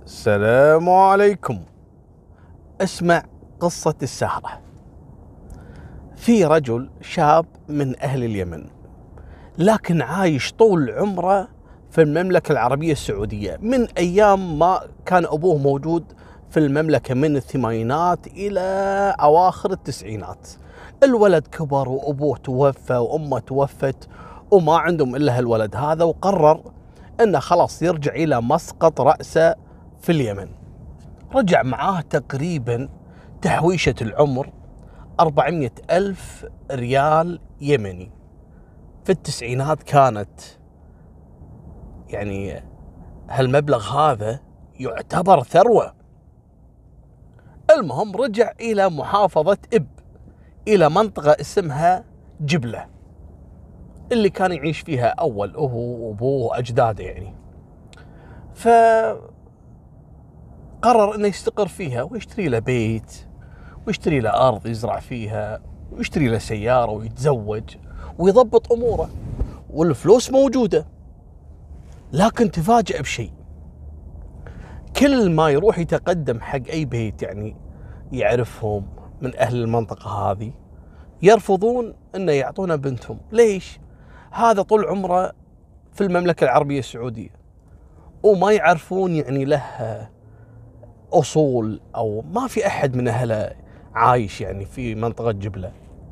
السلام عليكم. اسمع قصة السهرة. في رجل شاب من أهل اليمن، لكن عايش طول عمره في المملكة العربية السعودية من أيام ما كان أبوه موجود في المملكة من الثمانينات إلى أواخر التسعينات. الولد كبر وأبوه توفى وأمه توفت وما عندهم إلا هالولد هذا، وقرر أنه خلاص يرجع إلى مسقط رأسه في اليمن. رجع معاه تقريبا تحويشة العمر 400 ألف ريال يمني. في التسعينات كانت يعني هالمبلغ هذا يعتبر ثروة. المهم رجع إلى محافظة إب، إلى منطقة اسمها جبلة اللي كان يعيش فيها أول هو وأبوه وأجداده يعني. فقرر إنه يستقر فيها ويشتري له بيت ويشتري له أرض يزرع فيها ويشتري له سيارة ويتزوج ويضبط أموره، والفلوس موجودة. لكن تفاجأ بشيء، كل ما يروح يتقدم حق أي بيت يعني يعرفهم من أهل المنطقة هذه يرفضون أنه يعطونه بنتهم. ليش؟ هذا طول عمره في المملكة العربية السعودية وما يعرفون يعني له أصول، أو ما في أحد من أهله عايش يعني في منطقة جبلة.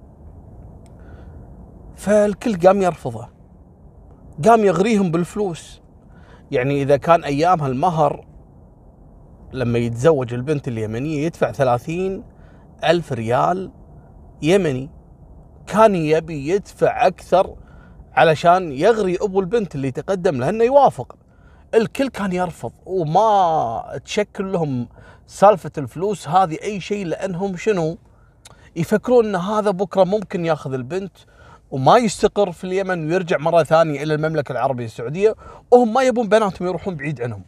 فالكل قام يرفضه، قام يغريهم بالفلوس. يعني إذا كان أيامها المهر لما يتزوج البنت اليمنية يدفع 30 ألف ريال يمني، كان يبي يدفع أكثر علشان يغري أبو البنت اللي تقدم له أنه يوافق. الكل كان يرفض وما تشكل لهم سالفة الفلوس هذه أي شيء، لأنهم شنو يفكرون أن هذا بكرة ممكن ياخذ البنت وما يستقر في اليمن ويرجع مرة ثانية إلى المملكة العربية السعودية، وهم ما يبون بناتهم يروحون بعيد عنهم.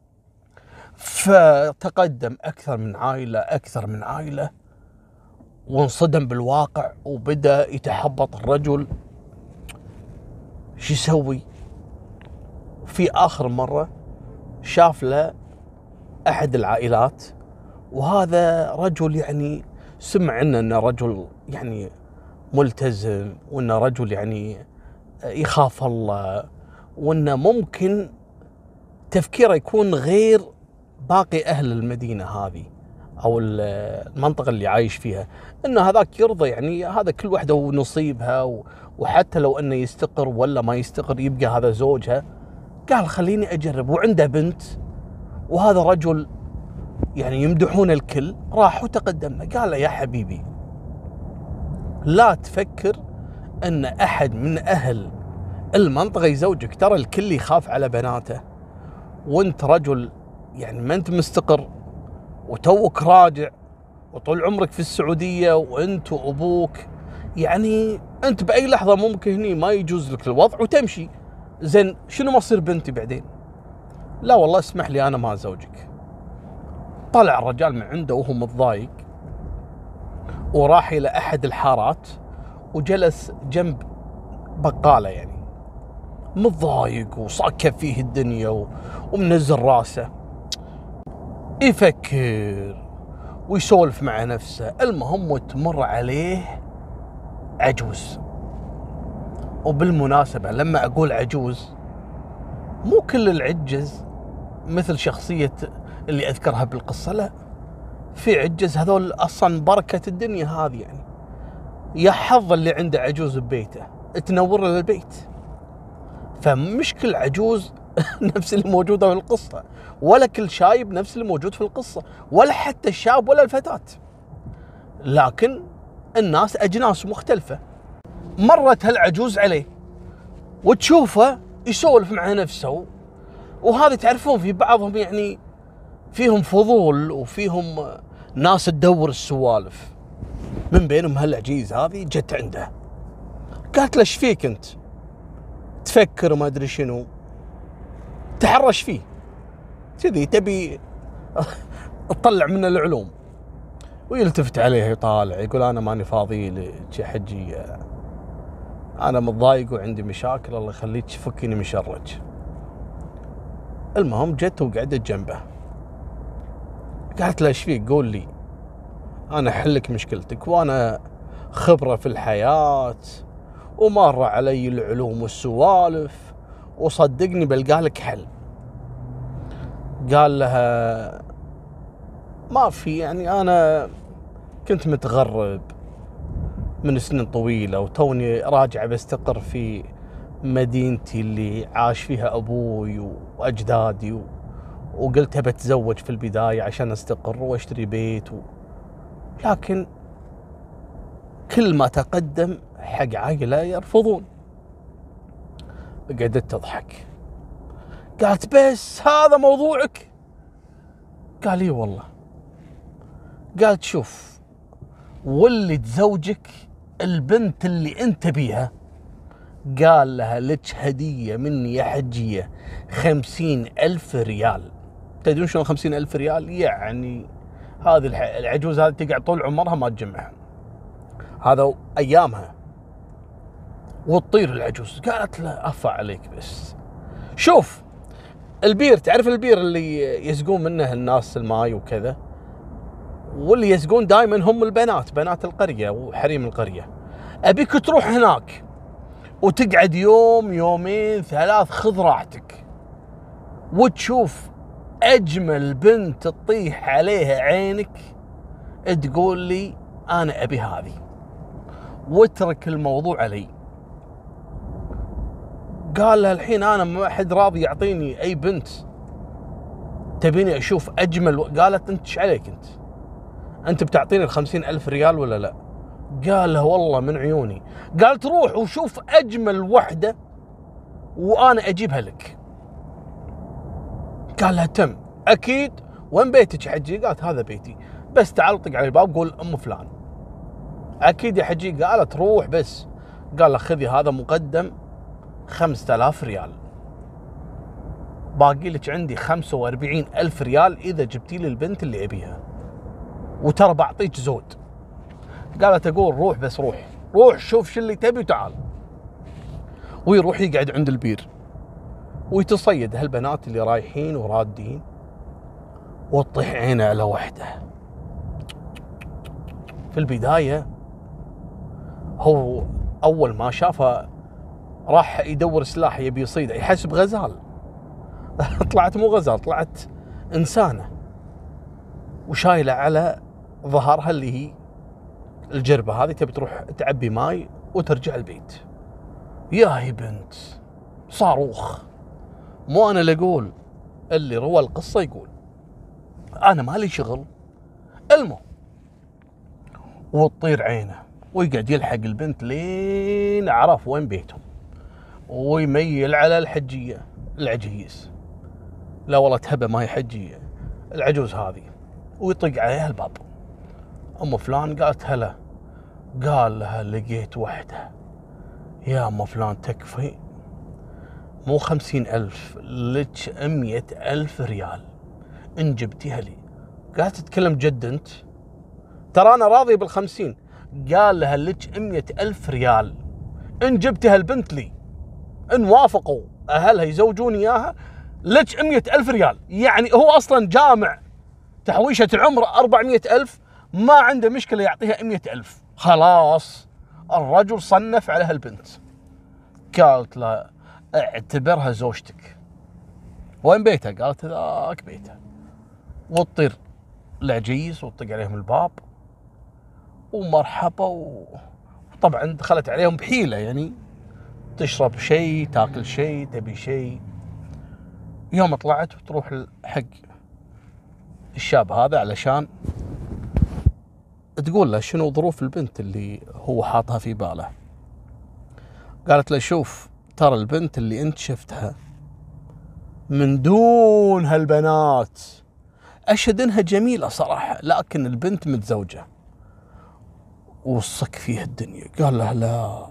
فتقدم أكثر من عائلة وانصدم بالواقع وبدأ يتحبط الرجل. شو يسوي؟ في آخر مرة شاف له أحد العائلات، وهذا رجل يعني سمع عنه أنه رجل يعني ملتزم، وأنه رجل يعني يخاف الله، وأنه ممكن تفكيره يكون غير باقي أهل المدينة هذه أو المنطقة اللي عايش فيها، أنه هذاك يرضى يعني هذا كل واحدة ونصيبها، وحتى لو أنه يستقر ولا ما يستقر يبقى هذا زوجها. قال خليني أجرب، وعنده بنت وهذا رجل يعني يمدحون الكل. راح وتقدمنا قال له يا حبيبي لا تفكر أن أحد من أهل المنطقة يزوجك، ترى الكل يخاف على بناته، وانت رجل يعني ما انت مستقر وتوك راجع وطول عمرك في السعودية وانت وأبوك، يعني انت بأي لحظة ممكن هني ما يجوز لك الوضع وتمشي. زين شنو مصير بنتي بعدين؟ لا والله اسمح لي أنا ما أزوجك. طلع الرجال من عنده وهو متضايق وراح إلى أحد الحارات وجلس جنب بقالة يعني متضايق وصاكب فيه الدنيا ومنزل راسه يفكر ويسولف مع نفسه. المهم وتمر عليه عجوز. وبالمناسبة لما أقول عجوز مو كل العجز مثل شخصية اللي أذكرها بالقصة، لا، في عجز هذول أصلا بركة الدنيا هذه، يعني يا حظ اللي عنده عجوز ببيته تنور له البيت. فمش كل عجوز نفس اللي موجودة في القصة، ولا كل شايب نفس اللي موجود في القصة، ولا حتى الشاب ولا الفتاة، لكن الناس أجناس مختلفة. مرت هالعجوز عليه وتشوفه يسولف مع نفسه، وهذا تعرفون في بعضهم يعني فيهم فضول وفيهم ناس تدور السوالف. من بينهم هالعجيز هذه جت عنده قالت له ايش فيك انت؟ تفكر ما ادري شنو، تحرش فيه كذي تبي تطلع منه العلوم. ويلتفت عليه يطالع يقول انا ماني فاضي لك يا حجي، انا متضايق وعندي مشاكل، الله يخليك فكني من شرك. المهم جت وقعدت جنبه قالت له ايش فيك؟ قول لي انا احلك مشكلتك، وانا خبرة في الحياة ومر علي العلوم والسوالف، وصدقني بلقى لك حل. قال لها ما في، يعني انا كنت متغرب من سنين طويلة وتوني راجع بستقر في مدينتي اللي عاش فيها أبوي وأجدادي، وقلت بتزوج في البداية عشان أستقر وأشتري بيت لكن كل ما تقدم حق عائلة يرفضون. قعدت تضحك. قالت بس هذا موضوعك؟ قال اي والله. قالت شوف، ولد زوجك البنت اللي انت بيها. قال لها لك هدية مني يا حجية 50,000 ريال. تدرون شلون 50,000 ريال؟ يعني هذه العجوز هذه تقعد طول عمرها ما تجمعها، هذا أيامها، وتطير العجوز. قالت له أفا عليك بس شوف البير، تعرف البير اللي يسقون منه الناس الماي وكذا، واللي يسقون دائما هم البنات، بنات القرية وحريم القرية. أبيك تروح هناك وتقعد يوم يومين ثلاث، خذ راحتك، وتشوف أجمل بنت تطيح عليها عينك تقول لي أنا أبي هذه، واترك الموضوع علي. قال لها الحين أنا ما حد راضي يعطيني أي بنت، تبيني أشوف أجمل قالت أنت إيش عليك؟ أنت بتعطيني 50,000 ريال ولا لا؟ قال له والله من عيوني. قالت روح وشوف أجمل وحدة وأنا أجيبها لك. قال لها تم، أكيد. وين بيتك يا حجي؟ قالت هذا بيتي، بس تعال طق على الباب قول أم فلان. أكيد يا حجي. قالت روح بس. قال له خذي هذا مقدم 5,000 ريال، باقي لك عندي 45,000 ريال إذا جبتي لي البنت اللي أبيها، وترى بعطيك زود. قالت أقول روح بس، روح شوف شو اللي تبي وتعال. ويروح يقعد عند البير ويتصيد هالبنات اللي رايحين ورادين، وتطيح عينه على وحده. في البداية هو أول ما شافها راح يدور سلاح يبي يصيده، يحسب غزال. طلعت مو غزال، طلعت إنسانة، وشايلة على ظهرها اللي هي الجربة هذه، تبي تروح تعبي ماي وترجع البيت. ياهي بنت صاروخ، مو أنا اللي أقول، اللي روى القصة يقول، أنا مالي شغل. وتطير عينه ويقعد يلحق البنت لين عرف وين بيتهم، ويميل على الحجية العجيز. لا والله تهبه ما هي حجية العجوز هذه، ويطق عليها الباب. أم فلان قالت هلا. قال لها لقيت وحدة يا أم فلان تكفي، مو 50,000 لك 100,000 ريال إن جبتيها لي. قالت تتكلم جد أنت؟ ترى أنا راضي بال50. قال لها لك 100,000 ريال إن جبتها البنت لي، إن وافقوا أهلها يزوجون إياها لك 100,000 ريال. يعني هو أصلا جامع تحويشة العمر 400,000، ما عنده مشكلة يعطيها 100,000. خلاص الرجل صنف على هالبنت. قالت له اعتبرها زوجتك. وين بيتها؟ قالت ذاك بيتها. وتطير العجيز وتطق عليهم الباب ومرحبا وطبعا دخلت عليهم بحيلة، يعني تشرب شيء، تاكل شيء، تبي شيء. يوم طلعت وتروح حق الشاب هذا علشان تقول له شنو ظروف البنت اللي هو حاطها في باله. قالت له شوف، ترى البنت اللي انت شفتها من دون هالبنات اشهد انها جميلة صراحة، لكن البنت متزوجة وصك فيها الدنيا. قال له لا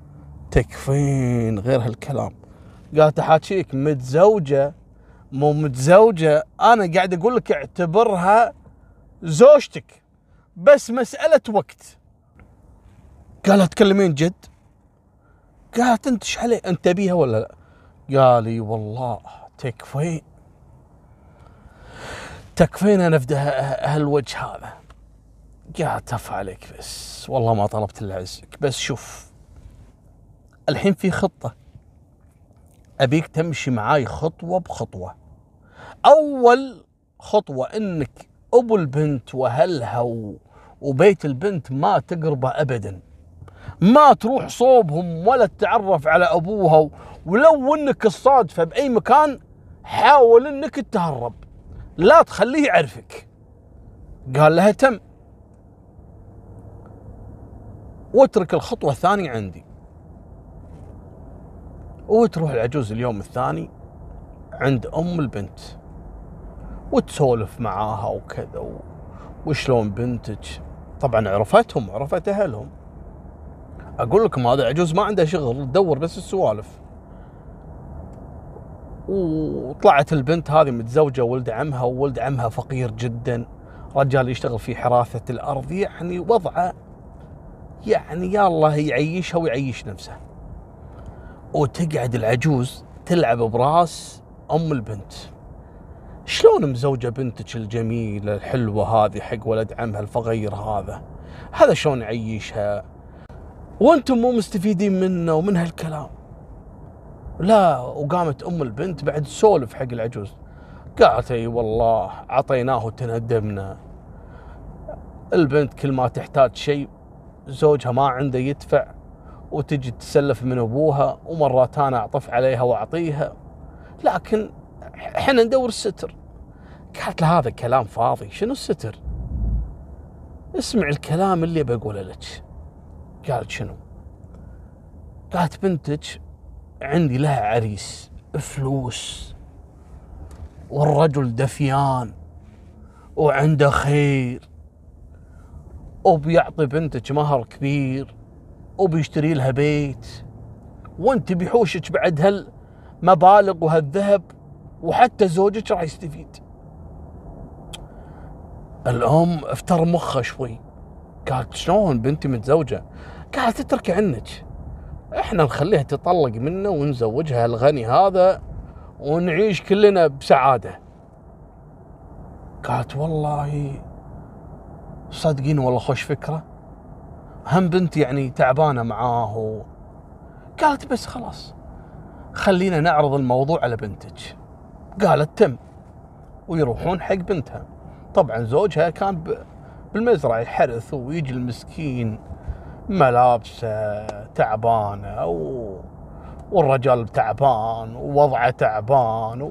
تكفين غير هالكلام. قالت احاكيك متزوجة مو متزوجة، انا قاعد اقول لك اعتبرها زوجتك، بس مسألة وقت. قالت تكلمين جد؟ قالت انت ايش عليه، انت تبيها ولا لا؟ قال لي والله تكفين. تكفينا نفده هالوجه هذا. قاعد تف عليك بس والله ما طلبت الا عزك، بس شوف الحين في خطة ابيك تمشي معاي خطوة بخطوة. اول خطوة انك ابو البنت واهلها وبيت البنت ما تقربه ابدا، ما تروح صوبهم ولا تتعرف على ابوها، ولو انك الصادفة باي مكان حاول انك تتهرب، لا تخليه يعرفك. قال لها تم. واترك الخطوة الثانية عندي، وتروح العجوز اليوم الثاني عند ام البنت وتسولف معاها وكذا وشلون بنتك. طبعا عرفتهم، عرفت اهلهم. اقول لكم هذا عجوز ما عنده شغل، تدور بس السوالف. وطلعت البنت هذه متزوجه ولد عمها، وولد عمها فقير جدا، رجال يشتغل في حراثه الارض، يعني وضعه يعني يا الله يعيشها ويعيش نفسه. وتقعد العجوز تلعب براس ام البنت، شلون مزوجه بنتك الجميله الحلوه هذه حق ولد عمها الفقير هذا شلون يعيشها وانتم مو مستفيدين منه ومن هالكلام؟ لا. وقامت ام البنت بعد تسولف حق العجوز، قالت اي والله عطيناه وتندمنا. البنت كل ما تحتاج شيء زوجها ما عنده يدفع، وتجي تسلف من ابوها، ومرات انا اعطف عليها واعطيها، لكن احنا ندور الستر. قالت له هذا كلام فاضي، شنو الستر؟ اسمع الكلام اللي بقوله لك. قالت شنو؟ قالت بنتك عندي لها عريس فلوس، والرجل دفيان وعنده خير، وبيعطي بنتك مهر كبير، وبيشتري لها بيت، وانت بحوشك بعد هالمبالغ وهالذهب، وحتى زوجك راح يستفيد. الام افتر مخها شوي، قالت شلون بنتي متزوجه؟ قالت اترك عنك، احنا نخليها تطلق منه ونزوجها الغني هذا ونعيش كلنا بسعاده. قالت والله صدقين والله خوش فكره، هم بنتي يعني تعبانه معاه. قالت بس خلاص خلينا نعرض الموضوع على بنتك. قالت تم. ويروحون حق بنتها. طبعا زوجها كان بالمزرعه يحرث، ويجي المسكين ملابسه تعبانه والرجال تعبان ووضعه تعبان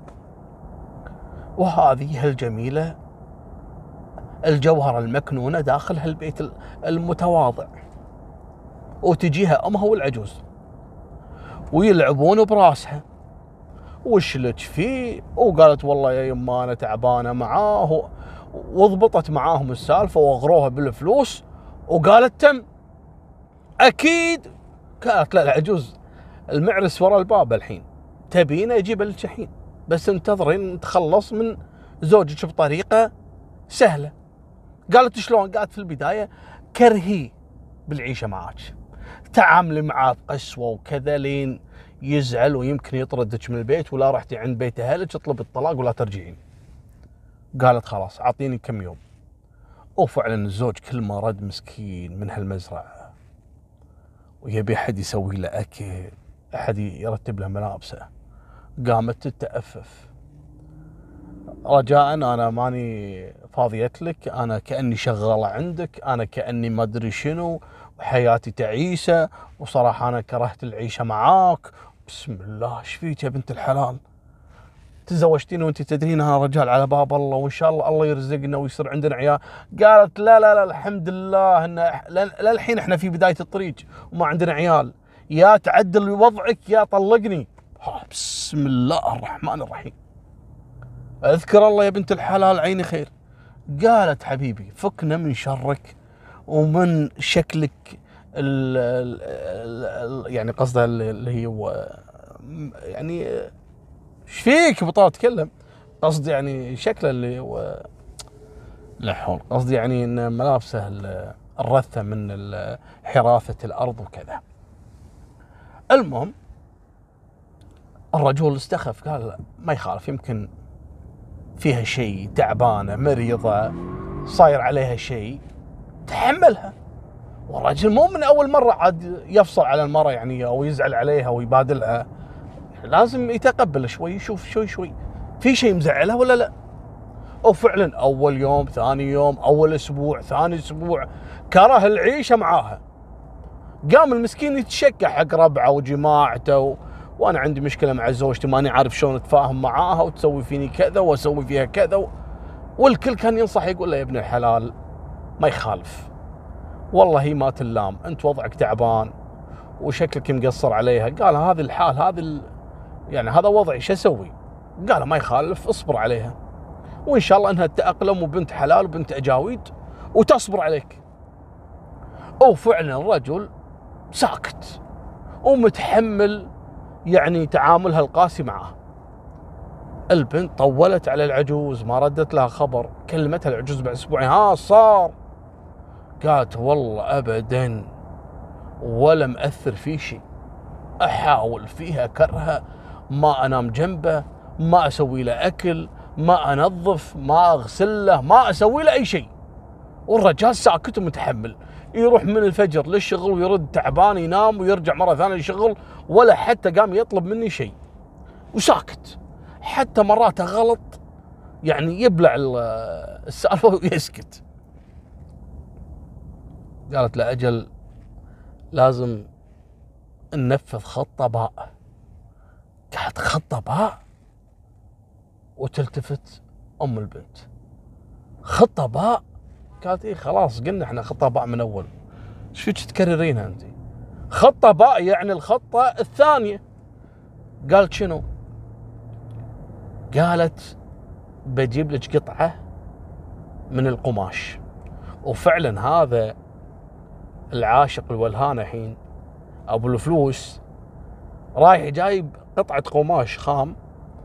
وهذه الجميله الجوهره المكنونه داخل هالبيت المتواضع. وتجيها امها والعجوز ويلعبون براسها، وش لك فيه؟ وقالت والله يا يما انا تعبانه معاه، وضبطت معاهم السالفه واغروها بالفلوس، وقالت تم. اكيد. قالت لا العجوز المعرس ورا الباب الحين، تبينه يجيب لك الحين، بس انتظرين نتخلص من زوجك بطريقه سهله. قالت شلون؟ قالت في البدايه كرهي بالعيشه معاك، تعاملي معاه بقسوه وكذا لين يزعل ويمكن يطردك من البيت، ولا رحتي عند بيت اهلك تطلب الطلاق ولا ترجعين. قالت خلاص اعطيني كم يوم. وفعلا الزوج كل ما رد مسكين من هالمزرعه ويبي احد يسوي له اكل، احد يرتب له ملابسه، قامت تتأفف. رجاء انا ماني فاضية لك، انا كأني شغالة عندك، انا كأني ما ادري شنو، وحياتي تعيسة، وصراحة انا كرهت العيشة معاك. بسم الله ايش فيك يا بنت الحلال؟ تزوجتيني وانت تدرين انا رجال على باب الله، وان شاء الله الله يرزقنا ويصير عندنا عيال. قالت لا لا لا الحمد لله ان للحين احنا في بداية الطريق وما عندنا عيال، يا تعدل وضعك يا طلقني. بسم الله الرحمن الرحيم. اذكر الله يا بنت الحلال عيني خير. قالت حبيبي فكنا من شرك ومن شكلك يعني قصدها اللي هو يعني ايش فيك بطال تكلم، قصدي يعني شكله اللي هو لا حول، قصدي يعني ان ملابسه الرثه من حراثه الارض وكذا. المهم الرجل استخف، قال لا ما يخالف، يمكن فيها شيء، تعبانة مريضة صاير عليها شيء، تحملها. والرجل مو من أول مرة عاد يفصل على المرأة يعني أو يزعل عليها ويبادلها، لازم يتقبل شوي، يشوف شوي في شيء مزعلها ولا لا. وفعلا أول يوم ثاني يوم أول أسبوع ثاني أسبوع كره العيشة معاها. قام المسكين يتشكى حق ربعه وجماعته وانا عندي مشكله مع زوجتي ماني عارف شلون اتفاهم معاها وتسوي فيني كذا واسوي فيها كذا والكل كان ينصح يقول له يا ابن الحلال ما يخالف، والله هي ما تلام، انت وضعك تعبان وشكلك مقصر عليها. قال هذه الحال يعني هذا وضعي شو اسوي؟ قال ما يخالف، اصبر عليها وان شاء الله انها تتاقلم وبنت حلال وبنت اجاويد وتصبر عليك. وفعلا الرجل ساكت ومتحمل يعني تعاملها القاسي معه. البنت طولت على العجوز ما ردت لها خبر، كلمتها العجوز بعد اسبوعين ها صار؟ قالت والله ابدا ولا مأثر في شيء، احاول فيها كرهه، ما انام جنبه، ما اسوي له اكل، ما انظف، ما اغسل له، ما اسوي له اي شيء. والرجال ساكت ومتحمل، يروح من الفجر للشغل ويرد تعبان ينام ويرجع مرة ثانية للشغل ولا حتى قام يطلب مني شيء وساكت. حتى مرات غلط يعني يبلع السالفة ويسكت. قالت لا أجل لازم ننفذ خطة باء. قالت خطة باء؟ وتلتفت أم البنت خطة باء؟ قالت إيه خلاص قلنا احنا خطة باء من أول، ايش فيك تكررينها انت؟ خطة باء يعني الخطة الثانية. قالت شنو؟ قالت بجيب لك قطعة من القماش. وفعلا هذا العاشق الولهان الحين ابو الفلوس رايح جايب قطعة قماش خام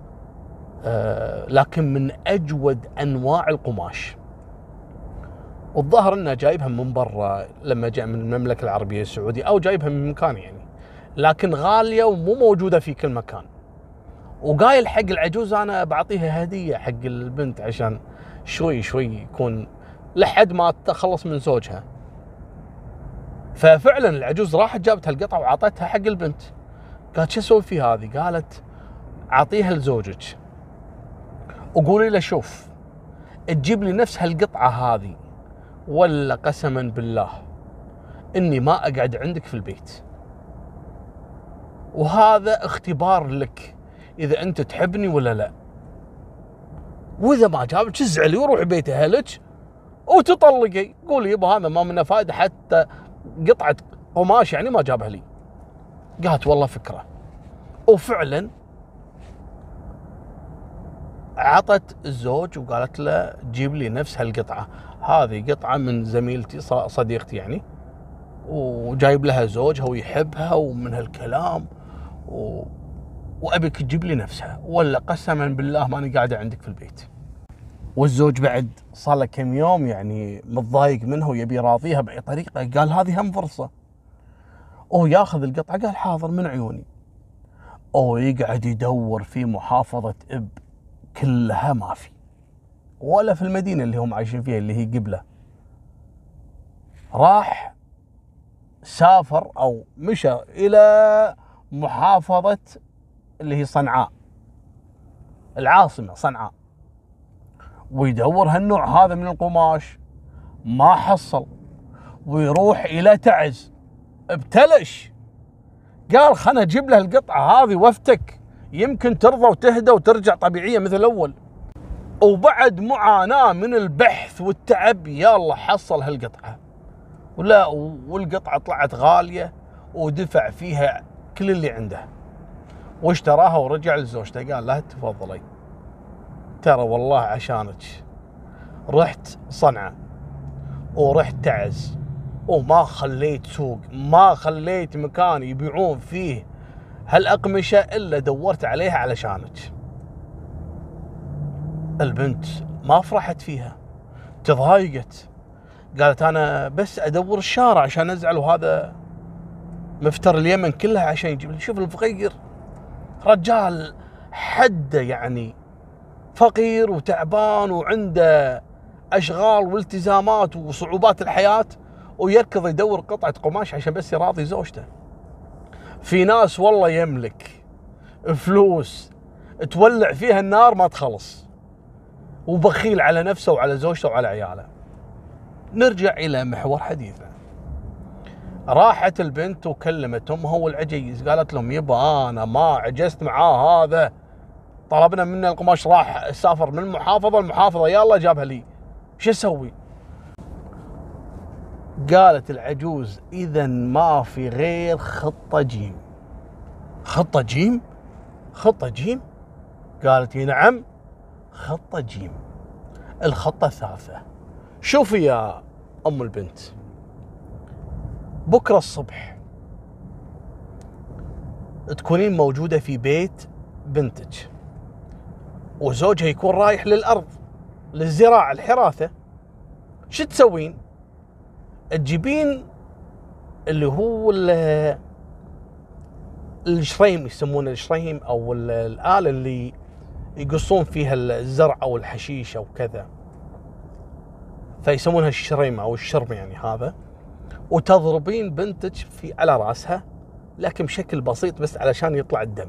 لكن من اجود انواع القماش، والظاهر انه جايبها من برا لما جاء من المملكة العربية السعودية او جايبها من مكان يعني، لكن غالية ومو موجودة في كل مكان. وقايل حق العجوز انا بعطيها هدية حق البنت عشان شوي يكون لحد ما تخلص من زوجها. ففعلا العجوز راحت جابت هالقطعة وعطتها حق البنت. قالت شو اسوي في هذه؟ قالت اعطيها لزوجك وقولي له شوف تجيب لي نفس هالقطعة هذه ولا قسما بالله اني ما اقعد عندك في البيت، وهذا اختبار لك اذا انت تحبني ولا لا، واذا ما جابك ازعلي وروحي بيت اهلك وتطلقي، قولي يبا هذا ما منه فائده حتى قطعه قماش يعني ما جابها لي. قالت والله فكره. وفعلا عطت الزوج وقالت له جيب لي نفس هالقطعه، هذه قطعه من زميلتي صديقتي يعني وجايب لها زوجها ويحبها ومن هالكلام وابيك تجيب لي نفسها ولا قسما بالله ماني قاعده عندك في البيت. والزوج بعد صار له كم يوم يعني متضايق منها ويبي يراضيها باي طريقه، قال هذه هم فرصه. ياخذ القطعه قال حاضر من عيوني. يقعد يدور في محافظه اب كلها ما في، ولا في المدينه اللي هم عايشين فيها اللي هي قبله. راح سافر او مشى الى محافظه اللي هي صنعاء العاصمه صنعاء، ويدور هالنوع هذا من القماش ما حصل، ويروح الى تعز ابتلش. قال خلنا اجيب له القطعه هذه وافتك يمكن ترضى وتهدى وترجع طبيعيه مثل الاول. وبعد معاناه من البحث والتعب يلا حصل هالقطعه، ولا والقطعه طلعت غاليه ودفع فيها كل اللي عنده واشتراها ورجع لزوجته. قال لها تفضلي ترى والله عشانك رحت صنعاء ورحت تعز وما خليت سوق ما خليت مكان يبيعون فيه هالأقمشة إلا دورت عليها علشانك. البنت ما فرحت فيها، تضايقت، قالت أنا بس أدور الشارع عشان أزعل وهذا مفتر اليمن كلها عشان يجيب لي. شوف الفقير رجال حده يعني فقير وتعبان وعنده اشغال والتزامات وصعوبات الحياه، ويركض يدور قطعه قماش عشان بس يراضي زوجته. في ناس والله يملك فلوس تولع فيها النار ما تخلص، وبخيل على نفسه وعلى زوجته وعلى عياله. نرجع الى محور حديثنا. راحت البنت وكلمت امها والعجيز، قالت لهم يبا انا ما عجزت معاه هذا، طلبنا منه القماش، راح سافر من محافظه لمحافظه، يلا جابها لي، شو اسوي؟ قالت العجوز اذا ما في غير خطه جيم. خطه جيم؟ خطه جيم؟ قالت نعم خطه جيم. الخطه الثالثه، شوفي يا ام البنت، بكره الصبح تكونين موجوده في بيت بنتك، وزوجها يكون رايح للارض للزراعه الحراثه. شو تسوين؟ تجيبين اللي هو الشريم، يسمونه الشريم، او الاله اللي يقصون فيها الزرع او الحشيش او كذا، فيسمونها الشريم او الشرم يعني هذا، وتضربين بنتك على راسها لكن بشكل بسيط بس علشان يطلع الدم،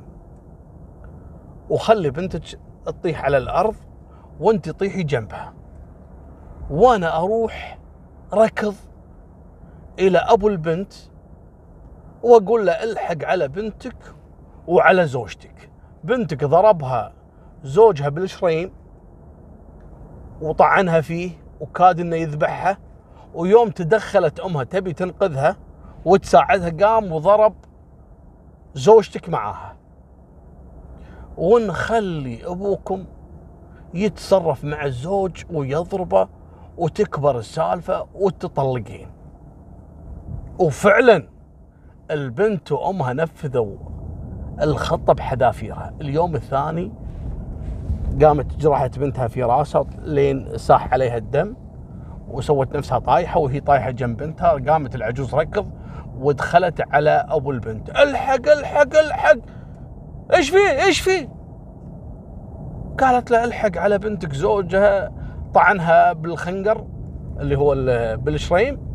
وخلي بنتك تطيح على الارض وانت طيحي جنبها، وانا اروح ركض الى ابو البنت واقول له الحق على بنتك وعلى زوجتك. بنتك ضربها زوجها بالشريم وطعنها فيه وكاد انه يذبحها، ويوم تدخلت امها تبي تنقذها وتساعدها قام وضرب زوجتك معاها، ونخلي ابوكم يتصرف مع الزوج ويضربه وتكبر السالفه وتطلقين. وفعلا البنت وامها نفذوا الخطه بحذافيرها. اليوم الثاني قامت جرحت بنتها في راسها لين ساح عليها الدم، وسوت نفسها طايحه، وهي طايحه جنب بنتها قامت العجوز ركض ودخلت على ابو البنت، الحق الحق الحق، ايش فيه ايش فيه؟ قالت له الحق على بنتك، زوجها طعنها بالخنجر اللي هو بالشريم،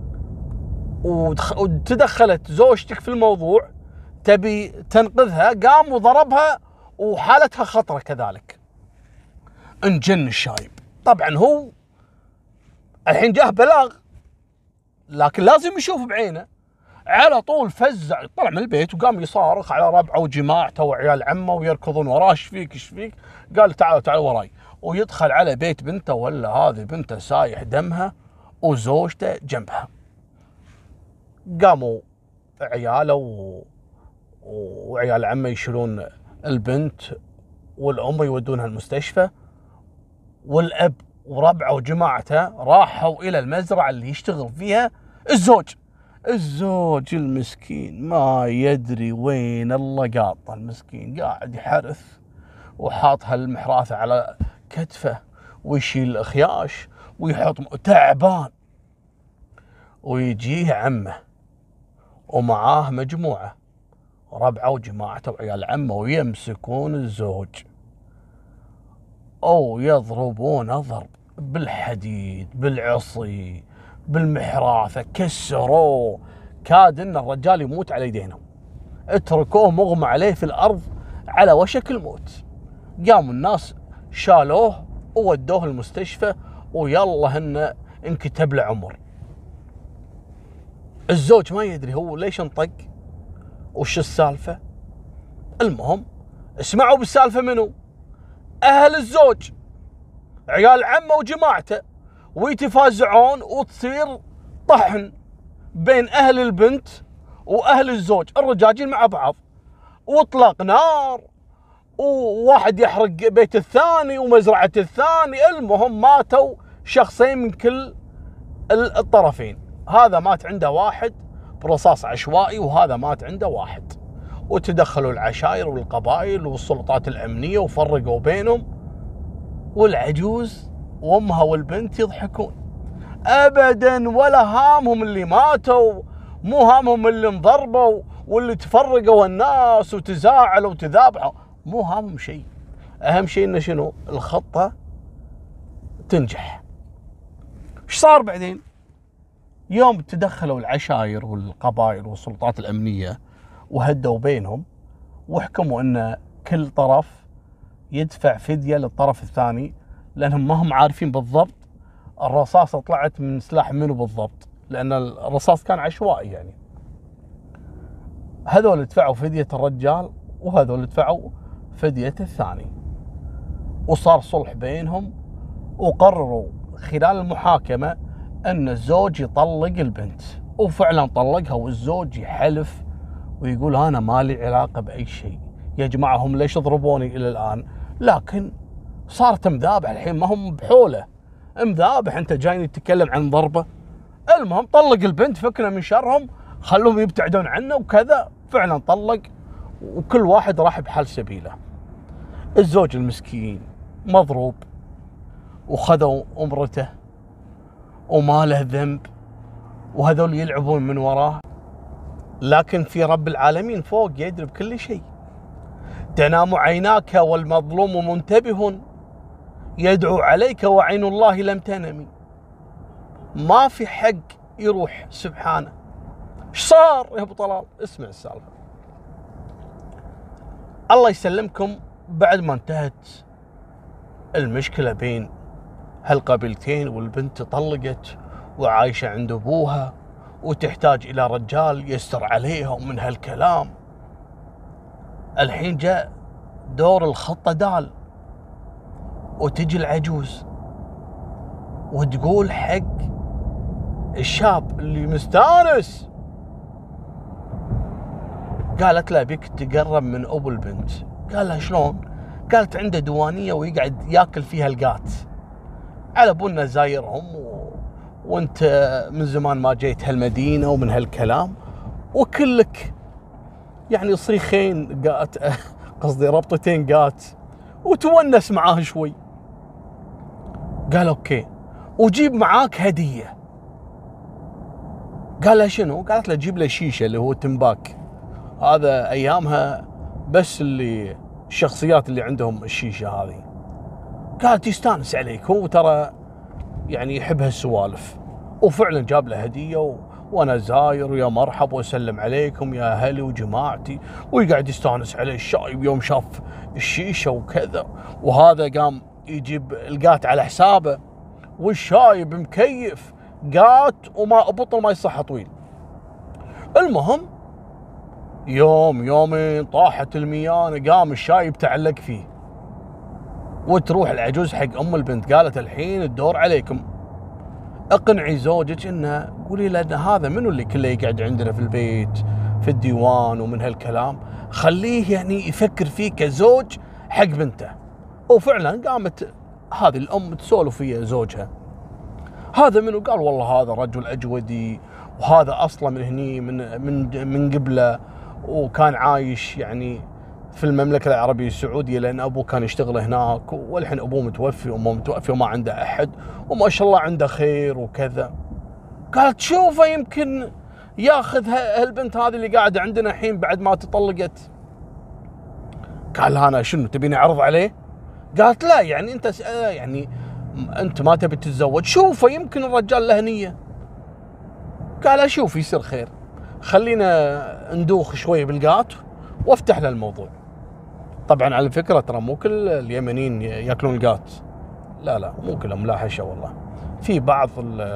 وتدخلت زوجتك في الموضوع تبي تنقذها، قام وضربها وحالتها خطره كذلك. انجن الشايب. طبعا هو الحين جاه بلاغ لكن لازم يشوف بعينه، على طول فزع، طلع من البيت وقام يصارخ على ربعه وجماعته وعيال عمه ويركضون وراه، ايش فيك ايش فيك؟ قال تعالوا تعالوا وراي، ويدخل على بيت بنته، ولا هذه بنته سايح دمها وزوجته جنبها. قاموا عياله وعيال عمه يشيلون البنت، والام يودونها المستشفى، والاب وربعه وجماعته راحوا الى المزرعه اللي يشتغل فيها الزوج المسكين، ما يدري وين الله قاطه، المسكين قاعد يحرث وحاط هالمحراثه على كتفه ويشيل الاخياش ويحط تعبان، ويجيه عمه ومعاه مجموعه ربعه وجماعته وعيال عمه ويمسكون الزوج او يضربونه ضرب بالحديد بالعصي بالمحراثه، كسروه كاد ان الرجال يموت على يدينهم، اتركوه مغمى عليه في الارض على وشك الموت. قاموا الناس شالوه وودوه المستشفى، ويلا هن انكتب له عمر. الزوج ما يدري هو ليش انطق وش السالفه. المهم اسمعوا بالسالفه منو؟ اهل الزوج، عيال عمه وجماعته، ويتفازعون وتصير طحن بين اهل البنت واهل الزوج، الرجاجيل مع بعض، واطلاق نار، وواحد يحرق بيت الثاني ومزرعه الثاني. المهم ماتوا شخصين من كل الطرفين، هذا مات عنده واحد برصاص عشوائي وهذا مات عنده واحد، وتدخلوا العشائر والقبائل والسلطات الامنيه وفرقوا بينهم، والعجوز وامها والبنت يضحكون ابدا، ولا هامهم اللي ماتوا، مو هامهم اللي انضربوا واللي تفرقوا الناس وتزاعلوا وتذابحوا، مو هامهم شيء. اهم شيء انه شنو؟ الخطه تنجح. ايش صار بعدين؟ يوم تدخلوا العشائر والقبائل والسلطات الامنيه وهدوا بينهم، وحكموا ان كل طرف يدفع فديه للطرف الثاني، لانهم ما هم عارفين بالضبط الرصاصه طلعت من سلاح منو بالضبط، لان الرصاص كان عشوائي يعني. هذول دفعوا فديه الرجال وهذول دفعوا فديه الثاني، وصار صلح بينهم، وقرروا خلال المحاكمه ان الزوج يطلق البنت، وفعلا طلقها، والزوج يحلف ويقول انا ما لي علاقه باي شيء. يا جماعه هم ليش يضربوني الى الان؟ لكن صارت مذابح الحين، ما هم بحوله مذابح، انت جايني تتكلم عن ضربه؟ المهم طلق البنت، فكنا من شرهم، خلوهم يبتعدون عنه وكذا. فعلا طلق، وكل واحد راح بحال سبيله. الزوج المسكين مضروب، وخذوا امرته وما له ذنب، وهذول يلعبون من وراه، لكن في رب العالمين فوق يدري بكل شيء. تنام عيناك والمظلوم منتبه، يدعو عليك وعين الله لم تنم. ما في حق يروح سبحانه. ايش صار يا ابو طلال؟ اسمع السالفه. الله يسلمكم، بعد ما انتهت المشكله بين هالقبيلتين، والبنت طلقت وعايشه عند ابوها وتحتاج الى رجال يستر عليها ومن هالكلام، الحين جاء دور الخطه دال، وتجي العجوز وتقول حق الشاب اللي مستانس، قالت له بيك تقرب من ابو البنت. قال لها شلون؟ قالت عنده دوانيه ويقعد ياكل فيها القات، على ابونا زايرهم وانت من زمان ما جيت هالمدينه ومن هالكلام، وكلك يعني صريخين قات قصدي ربطتين قات، وتونس معاه شوي. قال اوكي، وجيب معاك هديه. قال لها شنو؟ قالت له جيب له شيشه اللي هو تمباك، هذا ايامها بس اللي الشخصيات اللي عندهم الشيشه هذه. قالت يستانس عليك، هو ترى يعني يحب هالسوالف. وفعلا جاب له هديه وانا زاير ويا مرحب واسلم عليكم يا اهلي وجماعتي، ويقعد يستانس عليه الشايب يوم شاف الشيشه وكذا. وهذا قام يجيب القات على حسابه، والشايب مكيف قات وما بطل ما يصح طويل. المهم يوم يومين طاحت الميانه، قام الشايب تعلق فيه، وتروح العجوز حق ام البنت قالت الحين الدور عليكم، اقنعي زوجك انه قولي له ان هذا منو اللي كله يقعد عندنا في البيت في الديوان ومن هالكلام، خليه يعني يفكر فيه كزوج حق بنته. وفعلا قامت هذه الام تسولف ويا زوجها، هذا منو؟ قال والله هذا رجل اجودي، وهذا اصلا من هني من قبله، وكان عايش يعني في المملكه العربيه السعوديه، لان ابوه كان يشتغل هناك، والحين ابوه متوفي وامه متوفي وما عنده احد، وما شاء الله عنده خير وكذا. قالت شوفه يمكن ياخذ هالبنت هذه اللي قاعده عندنا الحين بعد ما تطلقت. قال لها انا شنو تبيني اعرض عليه؟ قالت لا يعني انت يعني انت ما تبي تتزوج، شوفه يمكن الرجال له نيه. قال شوف يصير خير، خلينا ندوخ شوي بالقات وافتح له الموضوع. طبعا على فكره ترى مو كل اليمنيين ياكلون القات، لا مو كلهم، لا حشا والله، في بعض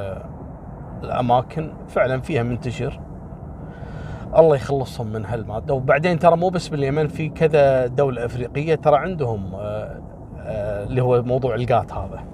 الاماكن فعلا فيها منتشر، الله يخلصهم من هالماده. وبعدين ترى مو بس باليمن، في كذا دوله افريقيه ترى عندهم اللي هو موضوع القات هذا.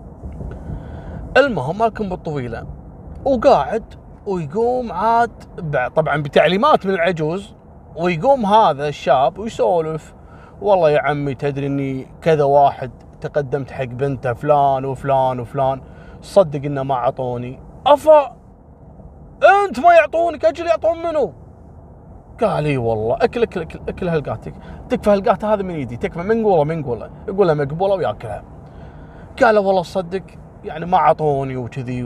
المهم مالكم بالطويله، وقاعد ويقوم عاد طبعا بتعليمات من العجوز، ويقوم هذا الشاب ويسولف، والله يا عمي تدري اني كذا واحد تقدمت حق بنته فلان وفلان وفلان، صدق انه ما عطوني. افا انت ما يعطونك، اجل يعطون منو؟ قال اي والله اكل هالقات، تكفى هالقات هذا من يدي، تكفى من قوله يقول له مقبوله وياكلها. قال له والله صدق يعني ما عطوني وكذي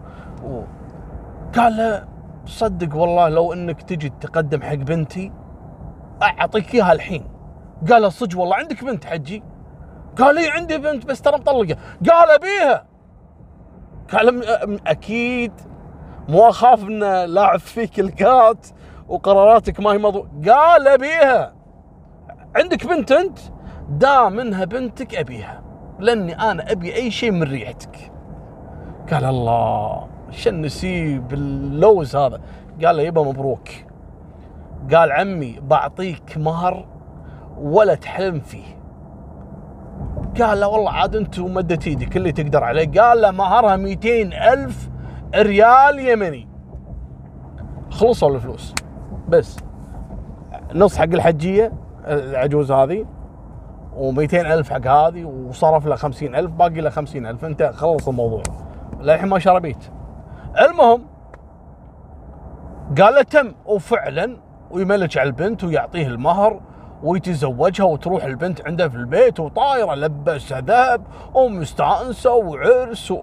قال له صدق والله لو انك تجي تقدم حق بنتي اعطيك اياها الحين. قال له صدق والله عندك بنت حجي؟ قال لي عندي بنت بس ترى مطلقه. قال ابيها. قال اكيد مو اخاف ان لاعب فيك الكات وقراراتك ما هي مضبوطه. قال ابيها. عندك بنت انت؟ دام انها بنتك ابيها، لاني انا ابي اي شيء من ريحتك. قال الله شن نسيب اللوز هذا. قال له يبا مبروك. قال عمي بعطيك مهر ولا تحلم فيه. قال له والله عاد انت ومدت ايدك اللي تقدر عليه. قال له مهرها 200,000 ريال يمني. خلصوا الفلوس بس نص حق الحجيه العجوز هذه، و200,000 حق هذه، وصرف له 50,000، باقي له 50,000. انت خلص الموضوع للحين ما شرى بيت. المهم قال له تم، وفعلا ويملك على البنت ويعطيه المهر ويتزوجها، وتروح البنت عنده في البيت وطايره لبسها ذهب ومستانسه وعرس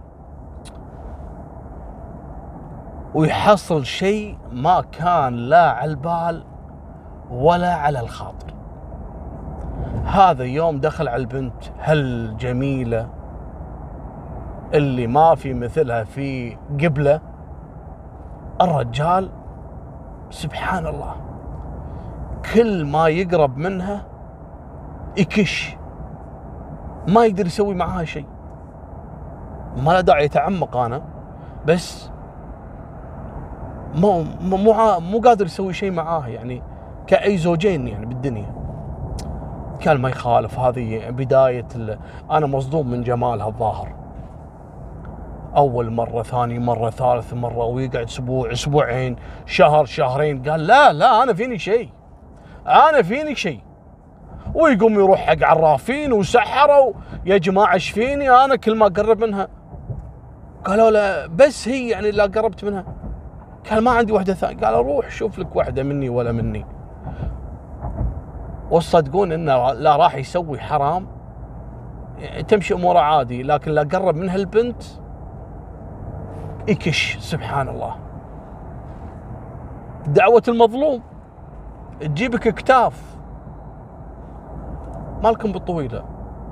ويحصل شيء ما كان لا على البال ولا على الخاطر. هذا يوم دخل على البنت هالجميله اللي ما في مثلها في قبله، الرجال سبحان الله كل ما يقرب منها يكش، ما يقدر يسوي معها شيء. ما له داعي يتعمق انا، بس مو قادر يسوي شيء معاها يعني كأي زوجين يعني بالدنيا. كان ما يخالف، هذه بداية أنا مصدوم من جمالها الظاهر. أول مرة، ثاني مرة، ثالث مرة، ويقعد أسبوع، أسبوعين، شهر، شهرين. قال لا أنا فيني شيء، أنا فيني شيء. ويقوم يروح حق عرافين وسحروا يا جماعة ايش فيني أنا كل ما قرب منها. قالوا له بس هي يعني اللي قربت منها. قال ما عندي واحدة ثانية. قال روح شوف لك واحدة مني ولا مني. وتصدقون انه لا راح يسوي حرام، تمشي اموره عادي، لكن لا قرب منها البنت يكش. سبحان الله. دعوة المظلوم تجيبك كتاف. مالكم بالطويلة.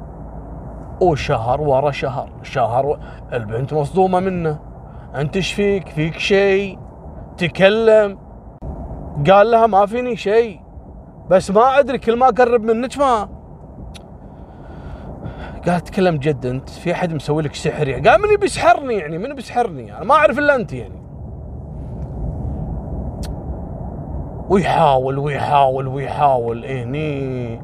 وشهر ورا شهر، البنت مصدومة منه. انت ايش فيك؟ فيك شيء؟ تكلم. قال لها ما فيني شيء، بس ما ادري كل ما اقرب منك ما. قالت تكلم جد انت؟ في احد مسوي لك سحر يعني؟ قال من بيسحرني يعني؟ من بيسحرني؟ انا ما اعرف الا انت يعني. ويحاول هني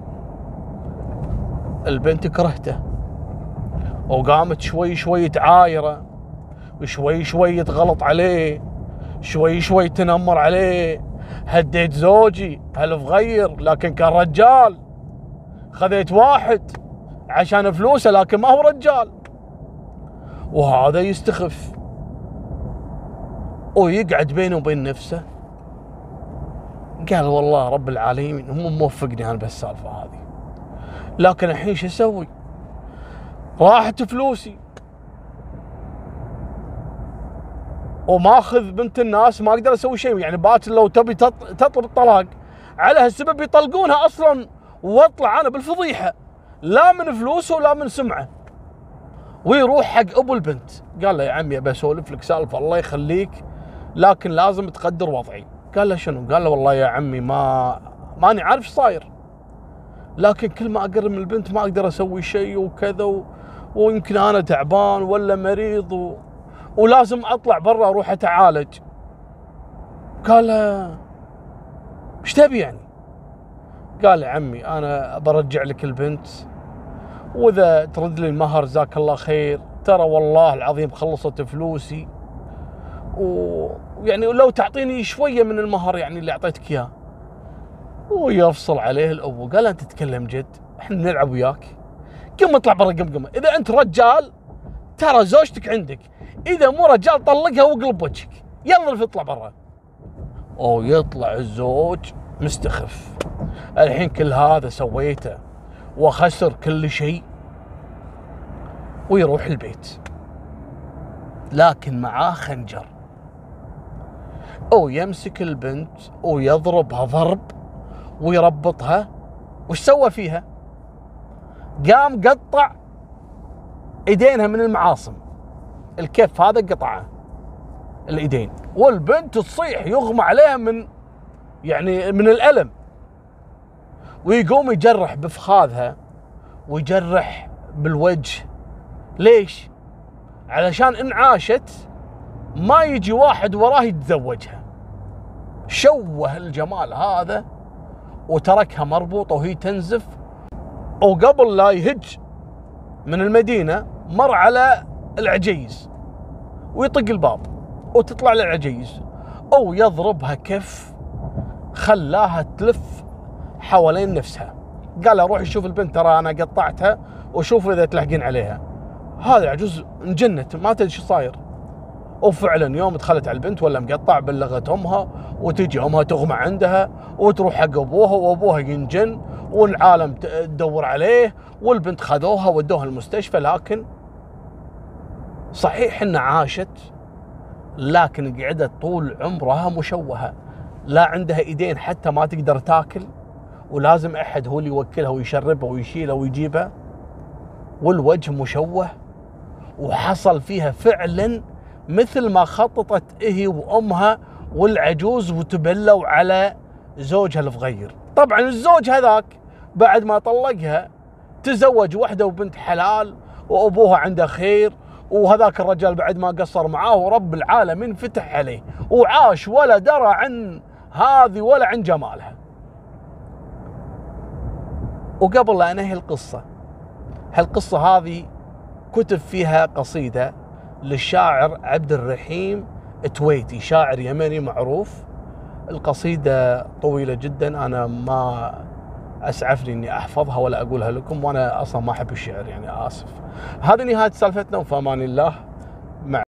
البنت كرهته، وقامت شوي تعايره، وشوي تغلط عليه، شوي تنمر عليه. هديت زوجي هالفغير لكن كان رجال، خذيت واحد عشان فلوسه لكن ما هو رجال. وهذا يستخف ويقعد بينه وبين نفسه. قال والله رب العالمين هم موفقني انا بالسالفه هذه، لكن الحين شو اسوي؟ راحت فلوسي وماخذ بنت الناس، ما اقدر اسوي شيء يعني. باكر لو تبي تطلب الطلاق على هالسبب يطلقونها اصلا، واطلع انا بالفضيحه، لا من فلوسه ولا من سمعه. ويروح حق ابو البنت. قال له يا عمي ابي اسولف لك سالفه الله يخليك، لكن لازم تقدر وضعي. قال له شنو؟ قال له والله يا عمي ماني عارف ايش صاير، لكن كل ما اقرب من البنت ما اقدر اسوي شيء وكذا ويمكن انا تعبان ولا مريض ولازم اطلع برا اروح اتعالج. قال ايش تبي يعني؟ قال يا عمي انا برجع لك البنت، واذا ترد لي المهر جزاك الله خير، ترى والله العظيم خلصت فلوسي، ويعني لو تعطيني شويه من المهر يعني اللي اعطيتك اياه. ويفصل عليه الابو. قال انت تتكلم جد؟ احنا نلعب وياك؟ قم اطلع برا قم. اذا انت رجال ترى زوجتك عندك، اذا مو رجال طلقها واقلب وجهك، يلا اطلع برا. ويطلع الزوج مستخف. الحين كل هذا سويته وخسر كل شيء، ويروح البيت لكن معاه خنجر، ويمسك البنت ويضربها ضرب ويربطها. وش سوى فيها؟ قام قطع ايدينها من المعاصم، الكف هذا قطعه الايدين، والبنت تصيح يغمى عليها من من الألم، ويقوم يجرح بفخاذها ويجرح بالوجه. ليش؟ علشان إن عاشت ما يجي واحد وراه يتزوجها. شوه الجمال هذا وتركها مربوطة وهي تنزف. وقبل لا يهج من المدينة مر على العجيز ويطق الباب وتطلع للعجيز أو يضربها كف خلاها تلف حوالين نفسها. قال له روح يشوف البنت، ترى أنا قطعتها وشوفوا إذا تلحقين عليها. هذا عجوز انجنت ما تدري شو صاير. وفعلا يوم دخلت على البنت ولا مقطع بلغت امها، وتجي امها تغمى عندها وتروح حق ابوها وابوها ينجن والعالم تدور عليه، والبنت خذوها ودوها المستشفى. لكن صحيح انها عاشت، لكن قعدت طول عمرها مشوهة، لا عندها ايدين حتى ما تقدر تاكل، ولازم احد هو اللي يوكلها ويشربها ويشيلها ويجيبها، والوجه مشوه. وحصل فيها فعلا مثل ما خططت هي وامها والعجوز وتبلوا على زوجها الصغير. طبعا الزوج هذاك بعد ما طلقها تزوج واحدة وبنت حلال وابوها عنده خير، وهذاك الرجال بعد ما قصر معاه ورب العالمين فتح عليه وعاش ولا درى عن هذه ولا عن جمالها. وقبل لا انهي القصة، هالقصة هذه كتب فيها قصيدة للشاعر عبد الرحيم تويتي، شاعر يمني معروف. القصيدة طويلة جدا، أنا ما أسعفني أني أحفظها ولا أقولها لكم، وأنا أصلا ما أحب الشعر، يعني آسف. هذه نهاية سالفتنا، وفي أمان الله.